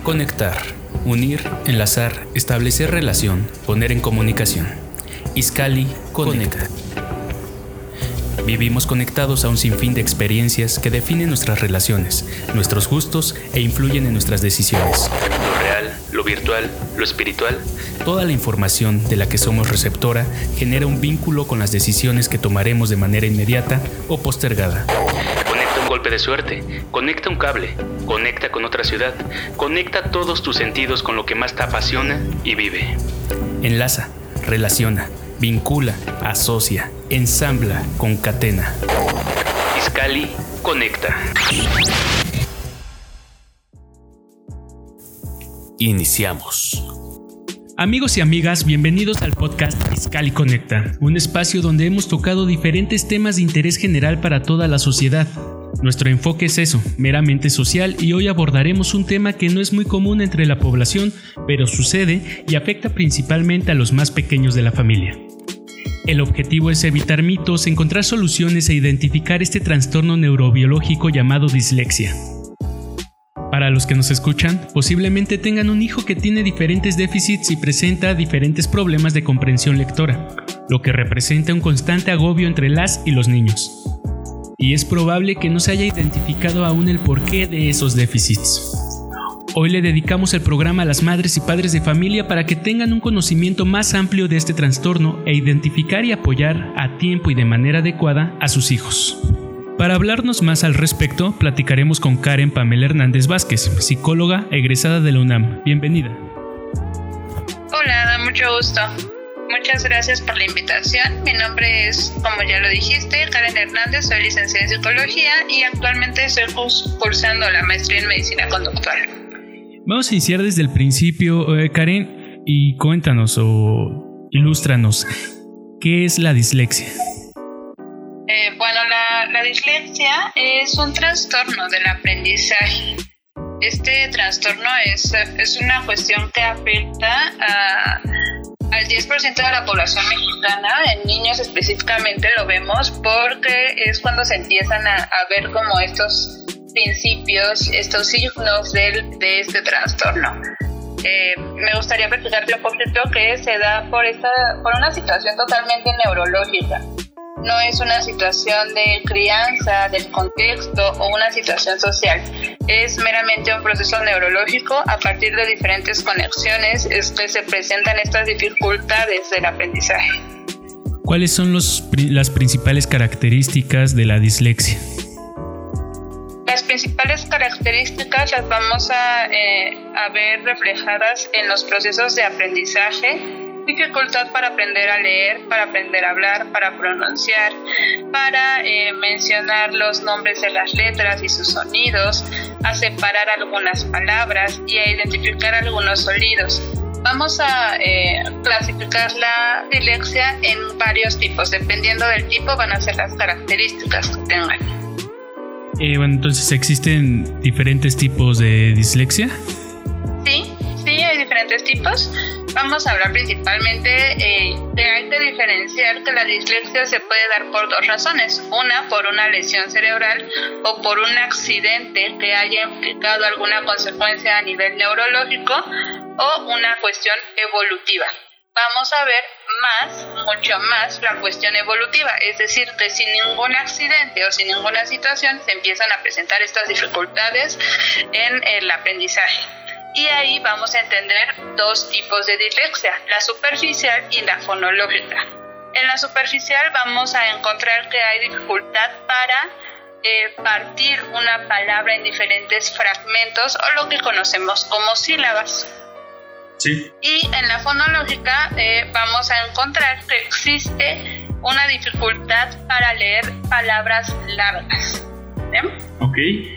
Conectar, unir, enlazar, establecer relación, poner en comunicación. Izcali Conecta. Vivimos conectados a un sinfín de experiencias que definen nuestras relaciones, nuestros gustos e influyen en nuestras decisiones. Lo real, lo virtual, lo espiritual, toda la información de la que somos receptora genera un vínculo con las decisiones que tomaremos de manera inmediata o postergada. Conecta un golpe de suerte, conecta un cable, conecta con otra ciudad, conecta todos tus sentidos con lo que más te apasiona y vive. Enlaza, relaciona, vincula, asocia, ensambla, concatena. Izcali Conecta. Iniciamos. Amigos y amigas, bienvenidos al podcast Izcali Conecta, un espacio donde hemos tocado diferentes temas de interés general para toda la sociedad. Nuestro enfoque es eso, meramente social, y hoy abordaremos un tema que no es muy común entre la población, pero sucede y afecta principalmente a los más pequeños de la familia. El objetivo es evitar mitos, encontrar soluciones e identificar este trastorno neurobiológico llamado dislexia. Para los que nos escuchan, posiblemente tengan un hijo que tiene diferentes déficits y presenta diferentes problemas de comprensión lectora, lo que representa un constante agobio entre las y los niños. Y es probable que no se haya identificado aún el porqué de esos déficits. Hoy le dedicamos el programa a las madres y padres de familia para que tengan un conocimiento más amplio de este trastorno e identificar y apoyar a tiempo y de manera adecuada a sus hijos. Para hablarnos más al respecto, platicaremos con Karen Pamela Hernández Vázquez, psicóloga egresada de la UNAM. Bienvenida. Hola, mucho gusto. Muchas gracias por la invitación. Mi nombre es, como ya lo dijiste, Karen Hernández, soy licenciada en psicología y actualmente estoy cursando la maestría en medicina conductual. Vamos a iniciar desde el principio, Karen, y cuéntanos o ilústranos, ¿qué es la dislexia? La dislexia es un trastorno del aprendizaje. Este trastorno es una cuestión que afecta al 10% de la población mexicana. En niños específicamente lo vemos porque es cuando se empiezan a ver como estos principios, estos signos de este trastorno. Me gustaría platicarte un poquito que se da por una situación totalmente neurológica. No es una situación de crianza, del contexto o una situación social. Es meramente un proceso neurológico. A partir de diferentes conexiones que se presentan estas dificultades del aprendizaje. ¿Cuáles son las principales características de la dislexia? Las principales características las vamos a ver reflejadas en los procesos de aprendizaje. Dificultad para aprender a leer, para aprender a hablar, para pronunciar, para mencionar los nombres de las letras y sus sonidos, a separar algunas palabras y a identificar algunos sonidos. Vamos a clasificar la dislexia en varios tipos. Dependiendo del tipo van a ser las características que tengan. Entonces, ¿existen diferentes tipos de dislexia? Sí, hay diferentes tipos. Vamos a hablar principalmente de hay que diferenciar que la dislexia se puede dar por dos razones. Una, por una lesión cerebral o por un accidente que haya implicado alguna consecuencia a nivel neurológico o una cuestión evolutiva. Vamos a ver mucho más la cuestión evolutiva, es decir, que sin ningún accidente o sin ninguna situación se empiezan a presentar estas dificultades en el aprendizaje. Y ahí vamos a entender dos tipos de dislexia, la superficial y la fonológica. En la superficial vamos a encontrar que hay dificultad para partir una palabra en diferentes fragmentos o lo que conocemos como sílabas. Sí. Y en la fonológica vamos a encontrar que existe una dificultad para leer palabras largas. Ok.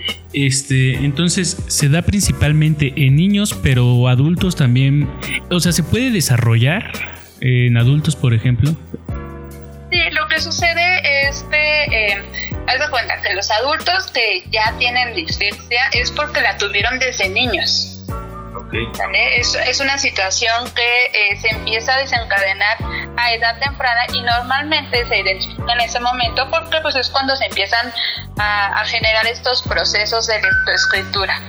Entonces se da principalmente en niños, pero adultos también. O sea, ¿se puede desarrollar en adultos, por ejemplo? Sí, lo que sucede es que haz de cuenta que los adultos que ya tienen dislexia es porque la tuvieron desde niños. Okay. ¿Vale? Es una situación que se empieza a desencadenar a edad temprana y normalmente se identifica en ese momento porque pues es cuando se empiezan a generar estos procesos de lectoescritura.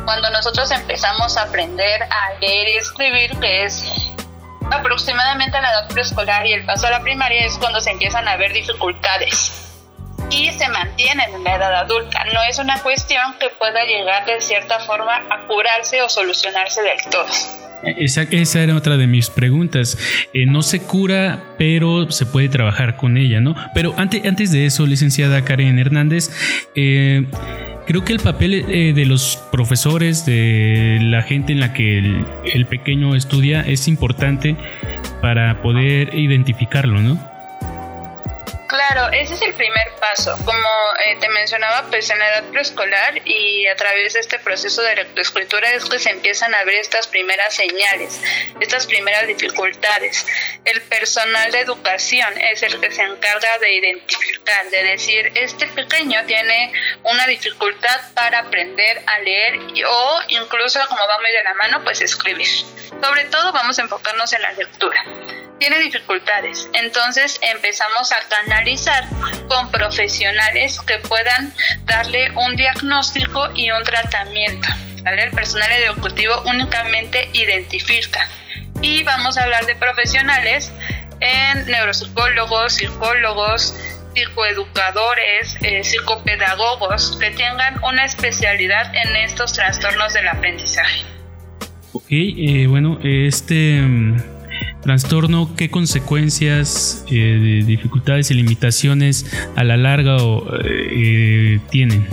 cuando nosotros empezamos a aprender a leer y escribir, que es aproximadamente a la edad preescolar y el paso a la primaria, es cuando se empiezan a ver dificultades y se mantienen en la edad adulta. No es una cuestión que pueda llegar de cierta forma a curarse o solucionarse del todo. Esa era otra de mis preguntas. No se cura, pero se puede trabajar con ella, ¿no? Pero antes de eso, licenciada Karen Hernández, creo que el papel de los profesores, de la gente en la que el pequeño estudia, es importante para poder identificarlo, ¿no? Claro, ese es el primer paso. Como te mencionaba, pues en la edad preescolar y a través de este proceso de lectoescritura es que se empiezan a ver estas primeras señales, estas primeras dificultades. El personal de educación es el que se encarga de identificar, de decir, este pequeño tiene una dificultad para aprender a leer o incluso, como va muy de la mano, pues escribir. Sobre todo vamos a enfocarnos en la lectura. Tiene dificultades, entonces empezamos a canalizar con profesionales que puedan darle un diagnóstico y un tratamiento, ¿vale? El personal educativo únicamente identifica, y vamos a hablar de profesionales en neuropsicólogos, psicólogos, psicoeducadores, psicopedagogos que tengan una especialidad en estos trastornos del aprendizaje. Ok, bueno, trastorno, ¿qué consecuencias, dificultades y limitaciones a la larga tienen?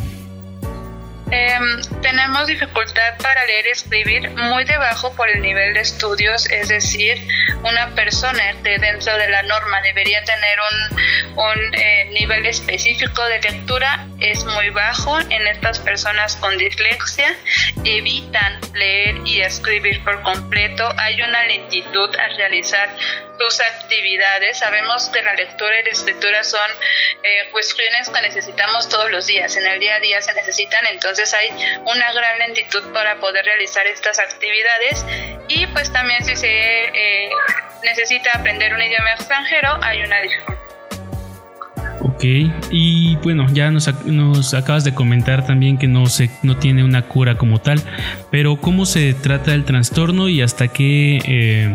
Tenemos dificultad para leer y escribir muy debajo por el nivel de estudios, es decir, una persona que dentro de la norma debería tener un nivel específico de lectura es muy bajo. En estas personas con dislexia evitan leer y escribir por completo, hay una lentitud al realizar sus actividades. Sabemos que la lectura y la escritura son cuestiones que necesitamos todos los días, en el día a día se necesitan, entonces hay una gran lentitud para poder realizar estas actividades. Y pues también si se necesita aprender un idioma extranjero, hay una dificultad. Ok, y bueno, ya nos acabas de comentar también que no tiene una cura como tal, pero ¿cómo se trata el trastorno y hasta qué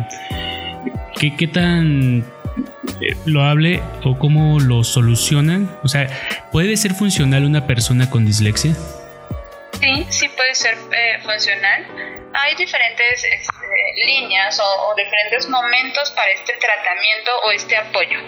tan loable o cómo lo solucionan? O sea, ¿puede ser funcional una persona con dislexia? Sí puede ser funcional. Hay diferentes líneas o diferentes momentos para este tratamiento o este apoyo.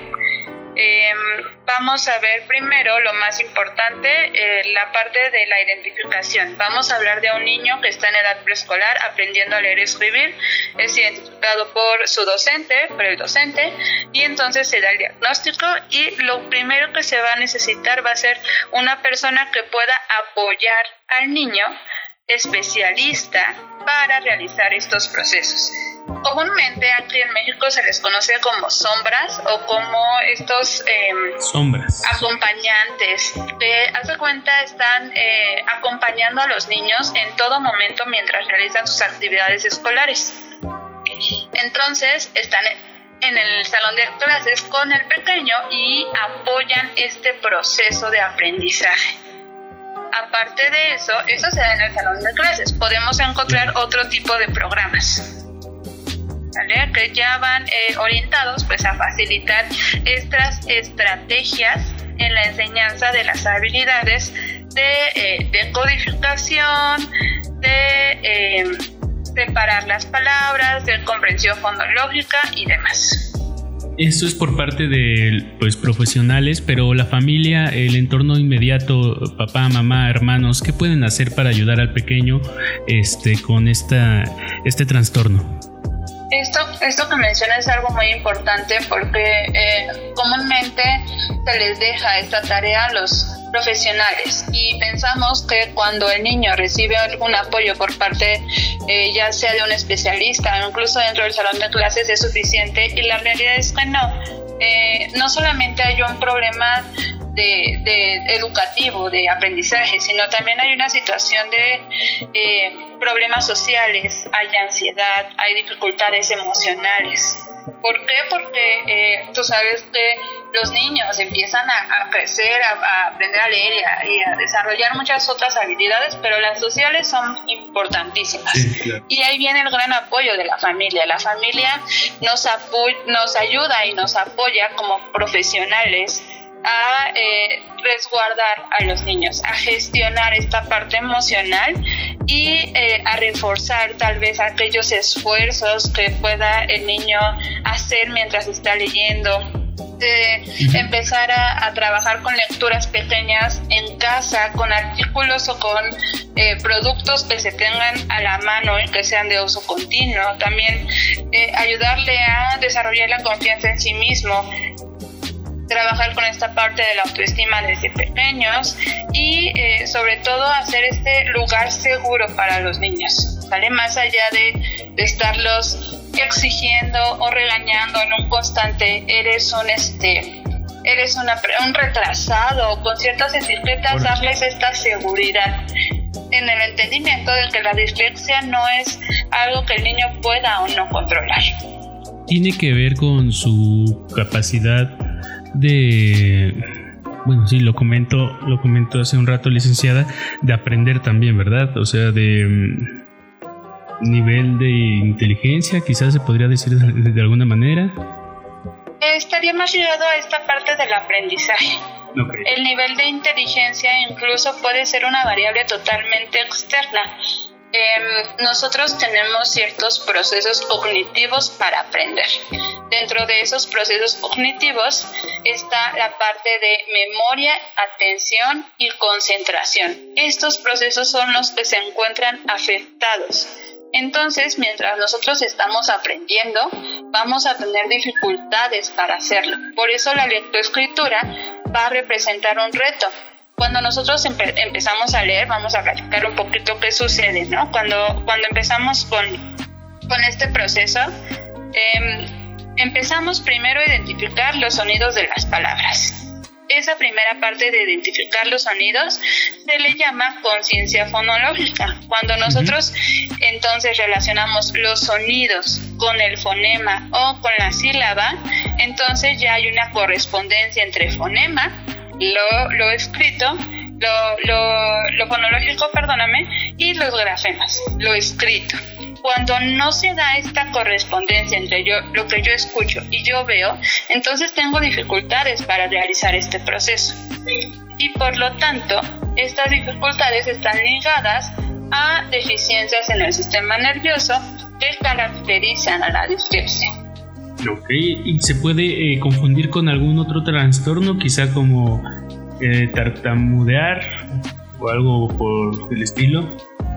Vamos a ver primero lo más importante, la parte de la identificación. Vamos a hablar de un niño que está en edad preescolar aprendiendo a leer y escribir, es identificado por su docente, por el docente, y entonces se da el diagnóstico y lo primero que se va a necesitar va a ser una persona que pueda apoyar al niño, especialista para realizar estos procesos. Comúnmente aquí en México se les conoce como sombras o como estos sombras, acompañantes que, haz de cuenta, están acompañando a los niños en todo momento mientras realizan sus actividades escolares. Entonces están en el salón de clases con el pequeño y apoyan este proceso de aprendizaje. Aparte de eso se da en el salón de clases. Podemos encontrar otro tipo de programas, ¿vale?, que ya van orientados pues a facilitar estas estrategias en la enseñanza de las habilidades de codificación, de separar las palabras, de comprensión fonológica y demás. Esto es por parte de profesionales, pero la familia, el entorno inmediato, papá, mamá, hermanos, ¿qué pueden hacer para ayudar al pequeño con este trastorno? Esto que mencionas es algo muy importante porque comúnmente se les deja esta tarea a los profesionales y pensamos que cuando el niño recibe algún apoyo por parte ya sea de un especialista o incluso dentro del salón de clases es suficiente, y la realidad es que no solamente hay un problema de educativo, de aprendizaje, sino también hay una situación de problemas sociales, hay ansiedad, hay dificultades emocionales. ¿Por qué? Porque tú sabes que los niños empiezan a crecer, a aprender a leer y a desarrollar muchas otras habilidades, pero las sociales son importantísimas. Sí, claro. Y ahí viene el gran apoyo de la familia. La familia nos ayuda y nos apoya como profesionales a resguardar a los niños, a gestionar esta parte emocional y a reforzar tal vez aquellos esfuerzos que pueda el niño hacer mientras está leyendo, empezar a trabajar con lecturas pequeñas en casa, con artículos o con productos que se tengan a la mano y que sean de uso continuo. También ayudarle a desarrollar la confianza en sí mismo, trabajar con esta parte de la autoestima desde pequeños y sobre todo hacer este lugar seguro para los niños, ¿vale? Más allá de estarlos exigiendo o regañando en un constante, eres un retrasado, con ciertas etiquetas, darles esta seguridad en el entendimiento de que la dislexia no es algo que el niño pueda o no controlar. Tiene que ver con su capacidad de, bueno, sí, lo comentó hace un rato, licenciada, de aprender también, ¿verdad? O sea, de nivel de inteligencia, quizás se podría decir de alguna manera. Estaría más ligado a esta parte del aprendizaje. Okay. El nivel de inteligencia incluso puede ser una variable totalmente externa. Nosotros tenemos ciertos procesos cognitivos para aprender. Dentro de esos procesos cognitivos está la parte de memoria, atención y concentración. Estos procesos son los que se encuentran afectados. Entonces, mientras nosotros estamos aprendiendo, vamos a tener dificultades para hacerlo. Por eso la lectoescritura va a representar un reto. Cuando nosotros empezamos a leer, vamos a platicar un poquito qué sucede, ¿no? Cuando empezamos con este proceso, empezamos primero a identificar los sonidos de las palabras. Esa primera parte de identificar los sonidos se le llama conciencia fonológica. Cuando nosotros entonces relacionamos los sonidos con el fonema o con la sílaba, entonces ya hay una correspondencia entre fonema, lo escrito, lo fonológico, y los grafemas, lo escrito. Cuando no se da esta correspondencia entre lo que yo escucho y yo veo, entonces tengo dificultades para realizar este proceso. Y por lo tanto, estas dificultades están ligadas a deficiencias en el sistema nervioso que caracterizan a la dislexia. Ok, ¿y se puede confundir con algún otro trastorno, quizá como tartamudear o algo por el estilo?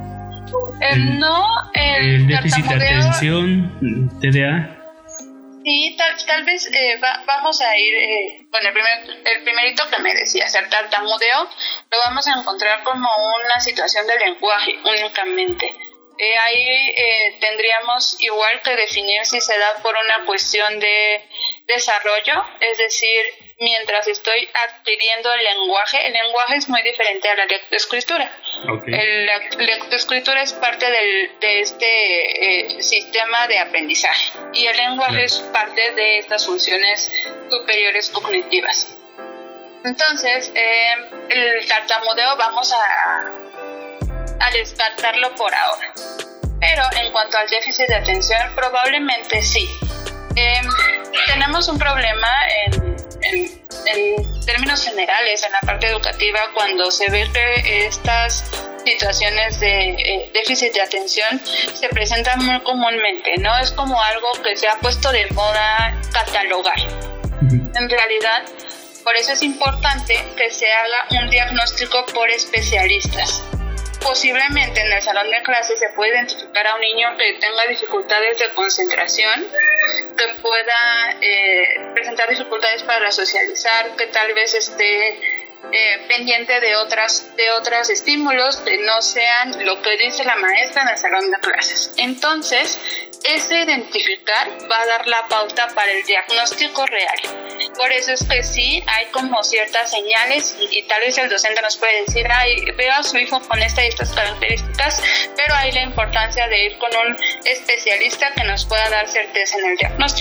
El déficit de atención, TDA. Sí, tal vez vamos a ir con el primerito que me decías, el tartamudeo, lo vamos a encontrar como una situación de lenguaje únicamente. Ahí tendríamos igual que definir si se da por una cuestión de desarrollo, es decir, mientras estoy adquiriendo el lenguaje es muy diferente a la lectoescritura. Okay. La lectoescritura es parte de este sistema de aprendizaje y el lenguaje es parte de estas funciones superiores cognitivas. Entonces, el tartamudeo vamos a descartarlo por ahora. Pero en cuanto al déficit de atención, probablemente sí. Tenemos un problema en términos generales en la parte educativa cuando se ve que estas situaciones de déficit de atención se presentan muy comúnmente, ¿no? Es como algo que se ha puesto de moda catalogar. En realidad, por eso es importante que se haga un diagnóstico por especialistas. Posiblemente en el salón de clases se puede identificar a un niño que tenga dificultades de concentración, que pueda presentar dificultades para socializar, que tal vez esté pendiente de otros estímulos que no sean lo que dice la maestra en el salón de clases. Entonces, ese identificar va a dar la pauta para el diagnóstico real. Por eso es que sí hay como ciertas señales y tal vez el docente nos puede decir, veo a su hijo con estas y estas características, pero hay la importancia de ir con un especialista que nos pueda dar certeza en el diagnóstico.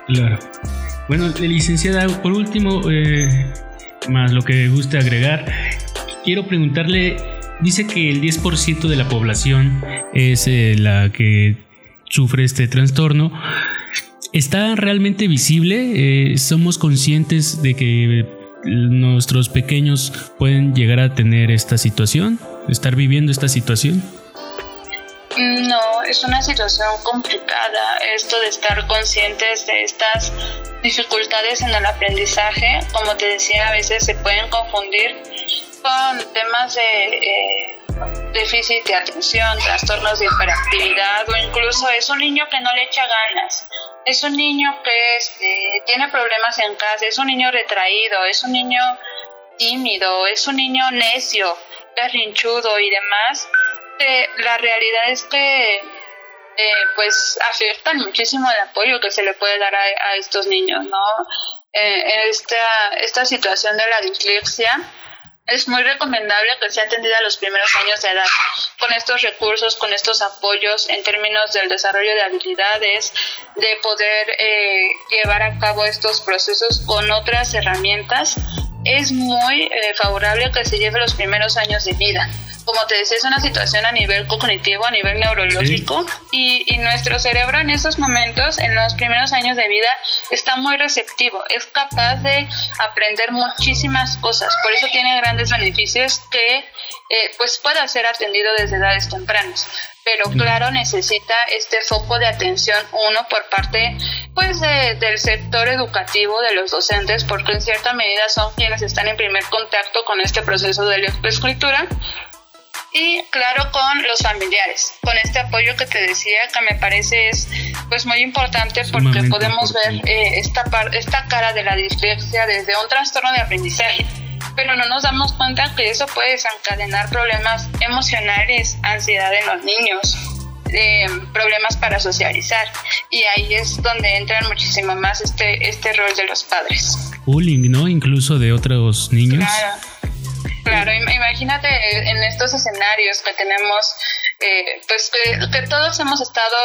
Claro. Bueno, licenciada, por último, más lo que guste agregar, quiero preguntarle, dice que el 10% de la población es la que sufre este trastorno. ¿Está realmente visible? ¿Somos conscientes de que nuestros pequeños pueden llegar a tener esta situación? ¿Estar viviendo esta situación? No, es una situación complicada esto de estar conscientes de estas dificultades en el aprendizaje. Como te decía, a veces se pueden confundir con temas de déficit de atención, trastornos de hiperactividad, o incluso es un niño que no le echa ganas, es un niño que tiene problemas en casa, es un niño retraído, es un niño tímido, es un niño necio, berrinchudo y demás. La realidad es que pues afectan muchísimo el apoyo que se le puede dar a estos niños, ¿no? Esta situación de la dislexia es muy recomendable que sea atendida a los primeros años de edad, con estos recursos, con estos apoyos en términos del desarrollo de habilidades, de poder llevar a cabo estos procesos con otras herramientas. Es muy favorable que se lleve los primeros años de vida. Como te decía, es una situación a nivel cognitivo, a nivel neurológico, sí. y nuestro cerebro en esos momentos, en los primeros años de vida, está muy receptivo, es capaz de aprender muchísimas cosas, por eso tiene grandes beneficios que pues pueda ser atendido desde edades tempranas. Pero claro, necesita este foco de atención, uno por parte pues del sector educativo, de los docentes, porque en cierta medida son quienes están en primer contacto con este proceso de lectoescritura. Y claro, con los familiares, con este apoyo que te decía, que me parece es pues muy importante, porque podemos ver esta cara de la dislexia desde un trastorno de aprendizaje, pero no nos damos cuenta que eso puede desencadenar problemas emocionales, ansiedad en los niños, problemas para socializar, y ahí es donde entran muchísimo más este rol de los padres. Bullying, ¿no? Incluso de otros niños. Claro, imagínate en estos escenarios que tenemos, pues que todos hemos estado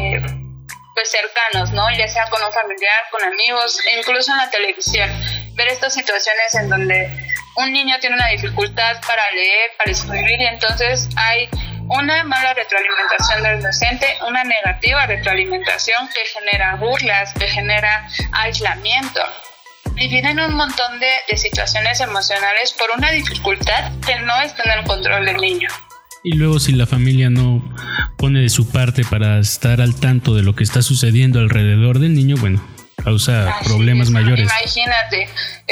pues cercanos, ¿no? Ya sea con un familiar, con amigos, incluso en la televisión, ver estas situaciones en donde un niño tiene una dificultad para leer, para escribir, y entonces hay una mala retroalimentación del docente, una negativa retroalimentación que genera burlas, que genera aislamiento. Y vienen un montón de situaciones emocionales por una dificultad que no está en el control del niño. Y luego, si la familia no pone de su parte para estar al tanto de lo que está sucediendo alrededor del niño, bueno, causa problemas mayores. Imagínate,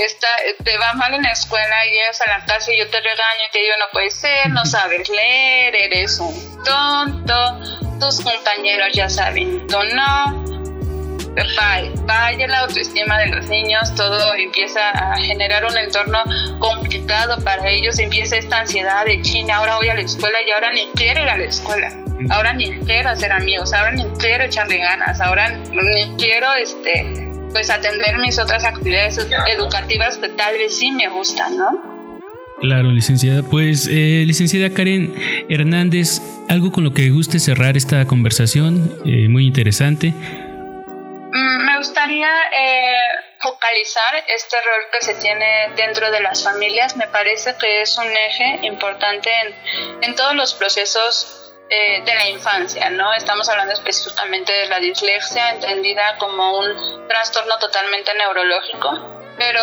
te va mal en la escuela y llegas a la casa y yo te regaño y te digo, no puede ser, no sabes leer, eres un tonto, tus compañeros ya saben, tú no. Vaya la autoestima de los niños, todo empieza a generar un entorno complicado para ellos, empieza esta ansiedad de China, ahora voy a la escuela y ahora ni quiero ir a la escuela, ahora ni quiero hacer amigos, ahora ni quiero echarle ganas, ahora ni quiero pues atender mis otras actividades educativas que tal vez sí me gustan, ¿no? Claro, licenciada. Pues, licenciada Karen Hernández, algo con lo que guste cerrar esta conversación, muy interesante. Me gustaría focalizar este rol que se tiene dentro de las familias. Me parece que es un eje importante en todos los procesos de la infancia, ¿no? Estamos hablando específicamente de la dislexia, entendida como un trastorno totalmente neurológico, pero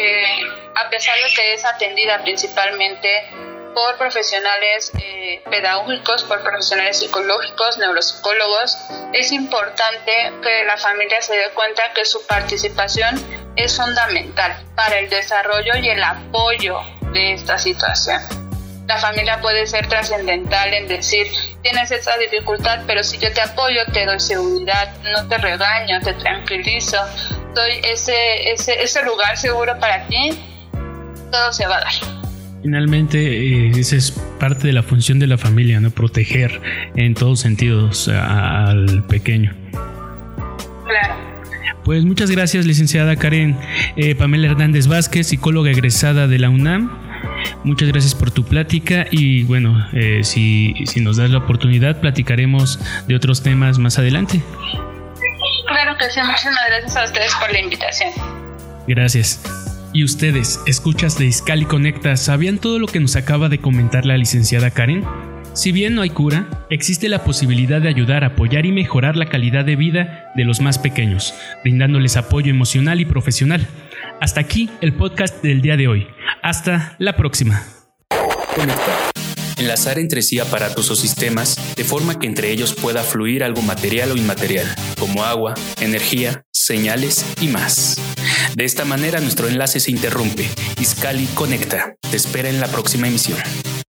a pesar de que es atendida principalmente por profesionales pedagógicos, por profesionales psicológicos, neuropsicólogos, es importante que la familia se dé cuenta que su participación es fundamental para el desarrollo y el apoyo de esta situación. La familia puede ser trascendental en decir, tienes esa dificultad, pero si yo te apoyo, te doy seguridad, no te regaño, te tranquilizo, doy ese lugar seguro para ti, todo se va a dar. Finalmente, esa es parte de la función de la familia, ¿no? Proteger en todos sentidos al pequeño. Claro. Pues muchas gracias, licenciada Karen Pamela Hernández Vázquez, psicóloga egresada de la UNAM. Muchas gracias por tu plática y bueno, si nos das la oportunidad, platicaremos de otros temas más adelante. Claro Claro que sí, muchísimas gracias a ustedes por la invitación. Gracias. Y ustedes, escuchas de Izcali Conecta, ¿sabían todo lo que nos acaba de comentar la licenciada Karen? Si bien no hay cura, existe la posibilidad de ayudar, apoyar y mejorar la calidad de vida de los más pequeños, brindándoles apoyo emocional y profesional. Hasta aquí el podcast del día de hoy. Hasta la próxima. Conectar. Enlazar entre sí aparatos o sistemas de forma que entre ellos pueda fluir algo material o inmaterial, como agua, energía, señales y más. De esta manera nuestro enlace se interrumpe. Izcali Conecta te espera en la próxima emisión.